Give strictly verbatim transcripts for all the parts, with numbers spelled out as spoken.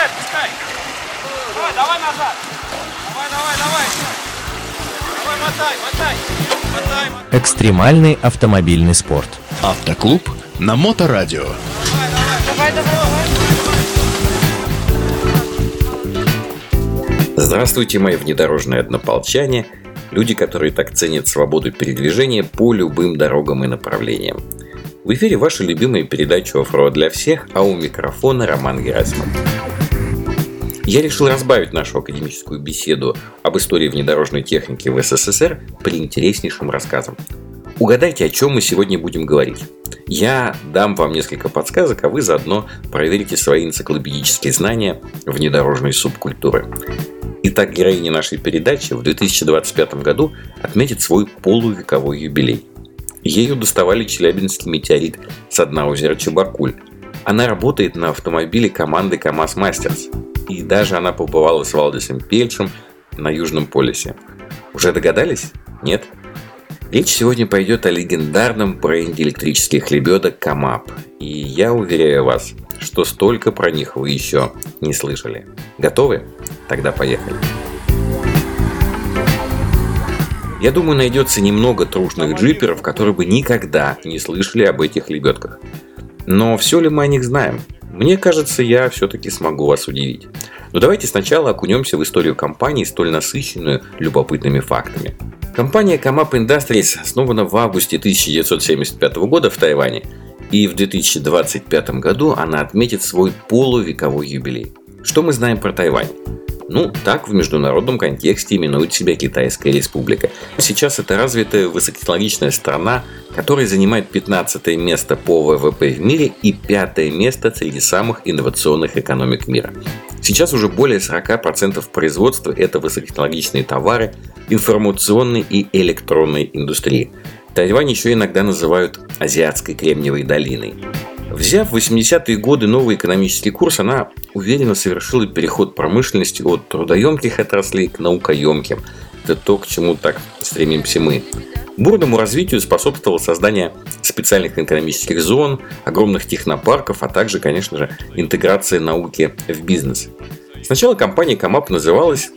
Пускай, пускай. Давай, давай назад. Давай, давай, давай. Давай, мотай, мотай. Мотай, мотай. Экстремальный автомобильный спорт. Автоклуб на Моторадио. Давай, давай, давай, давай. Здравствуйте, мои внедорожные однополчане, люди, которые так ценят свободу передвижения по любым дорогам и направлениям. В эфире ваша любимая передача «Оффроуд для всех», а у микрофона Роман Герасимов. Я решил разбавить нашу академическую беседу об истории внедорожной техники в СССР приинтереснейшим рассказом. Угадайте, о чем мы сегодня будем говорить. Я дам вам несколько подсказок, а вы заодно проверите свои энциклопедические знания внедорожной субкультуры. Итак, героиня нашей передачи в две тысячи двадцать пятом году отметит свой полувековой юбилей. Ею доставали челябинский метеорит со дна озера Чебаркуль. Она работает на автомобиле команды КамАЗ Мастерс. И даже она побывала с Валдисом Пельшем на Южном полюсе. Уже догадались? Нет? Речь сегодня пойдет о легендарном бренде электрических лебедок КамАП. И я уверяю вас, что столько про них вы еще не слышали. Готовы? Тогда поехали. Я думаю, найдется немного трушных джиперов, которые бы никогда не слышали об этих лебедках. Но все ли мы о них знаем? Мне кажется, я все-таки смогу вас удивить. Но давайте сначала окунемся в историю компании, столь насыщенную любопытными фактами. Компания КамАП Industries основана в августе тысяча девятьсот семьдесят пятого года в Тайване, и в две тысячи двадцать пятом году она отметит свой полувековой юбилей. Что мы знаем про Тайвань? Ну, так в международном контексте именует себя Китайская Республика. Сейчас это развитая высокотехнологичная страна, которая занимает пятнадцатое место по ВВП в мире и пятое место среди самых инновационных экономик мира. Сейчас уже более сорок процентов производства – это высокотехнологичные товары информационной и электронной индустрии. Тайвань еще иногда называют Азиатской Кремниевой долиной. Взяв в восьмидесятые годы новый экономический курс, она уверенно совершила переход промышленности от трудоемких отраслей к наукоемким. Это то, к чему так стремимся мы. Бурному развитию способствовало создание специальных экономических зон, огромных технопарков, а также, конечно же, интеграция науки в бизнес. Сначала компания КамАП называлась,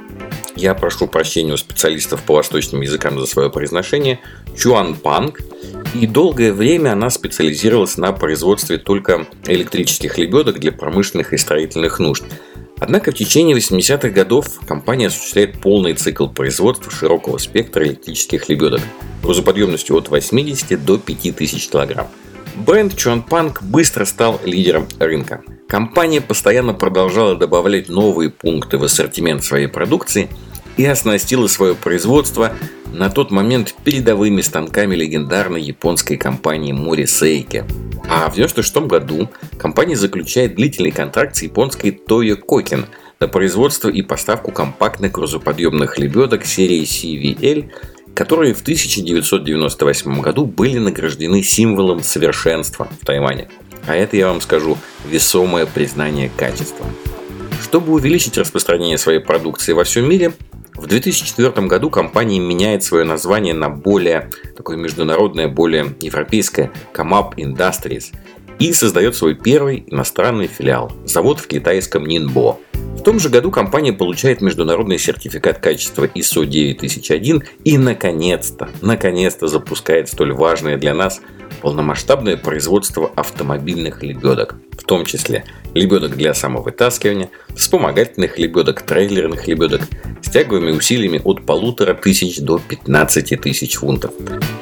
я прошу прощения у специалистов по восточным языкам за свое произношение, Чуанпанг, и долгое время она специализировалась на производстве только электрических лебедок для промышленных и строительных нужд. Однако в течение восьмидесятых годов компания осуществляет полный цикл производства широкого спектра электрических лебедок грузоподъемностью от восьмидесяти до пяти тысяч килограмм. Бренд Чуанпанг быстро стал лидером рынка. Компания постоянно продолжала добавлять новые пункты в ассортимент своей продукции и оснастила свое производство на тот момент передовыми станками легендарной японской компании Мори Сейки. А в девяносто шестом году компания заключает длительный контракт с японской Toyo Koken на производство и поставку компактных грузоподъемных лебедок серии си ви эл, которые в тысяча девятьсот девяносто восьмом году были награждены символом совершенства в Тайване. А это, я вам скажу, весомое признание качества. Чтобы увеличить распространение своей продукции во всем мире, в две тысячи четвёртом году компания меняет свое название на более такое международное, более европейское КамАП Industries и создает свой первый иностранный филиал – завод в китайском Нинбо. В том же году компания получает международный сертификат качества ай эс о девять тысяч один и наконец-то, наконец-то запускает столь важное для нас полномасштабное производство автомобильных лебедок, в том числе лебедок для самовытаскивания, вспомогательных лебедок, трейлерных лебедок с тяговыми усилиями от полутора тысяч до пятнадцати тысяч фунтов.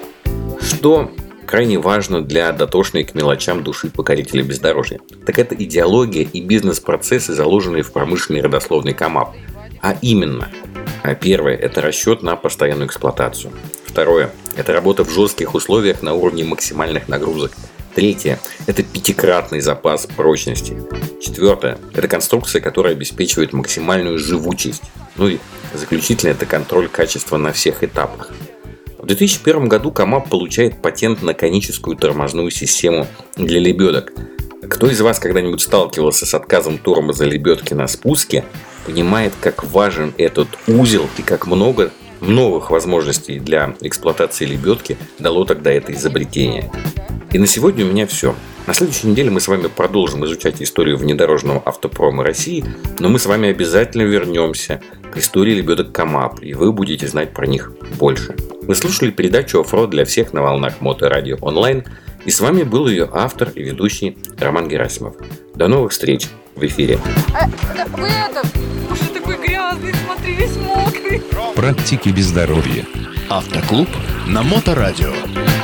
Что крайне важно для дотошной к мелочам души покорителя бездорожья, так это идеология и бизнес-процессы, заложенные в промышленной родословной КамАП. А именно, первое – это расчет на постоянную эксплуатацию. Второе – это работа в жестких условиях на уровне максимальных нагрузок. Третье – это пятикратный запас прочности. Четвертое – это конструкция, которая обеспечивает максимальную живучесть. Ну и заключительно – это контроль качества на всех этапах. В две тысячи первом году КамАП получает патент на коническую тормозную систему для лебедок. Кто из вас когда-нибудь сталкивался с отказом тормоза лебедки на спуске, понимает, как важен этот узел и как много новых возможностей для эксплуатации лебедки дало тогда это изобретение. И на сегодня у меня все. На следующей неделе мы с вами продолжим изучать историю внедорожного автопрома России, но мы с вами обязательно вернемся к истории лебедок Камап, и вы будете знать про них больше. Вы слушали передачу «Оффроуд для всех» на волнах Моторадио онлайн, и с вами был ее автор и ведущий Роман Герасимов. До новых встреч в эфире. А, вы это, уже такой грязный, смотри, весь мокрый. Практики без здоровья. Автоклуб на Моторадио.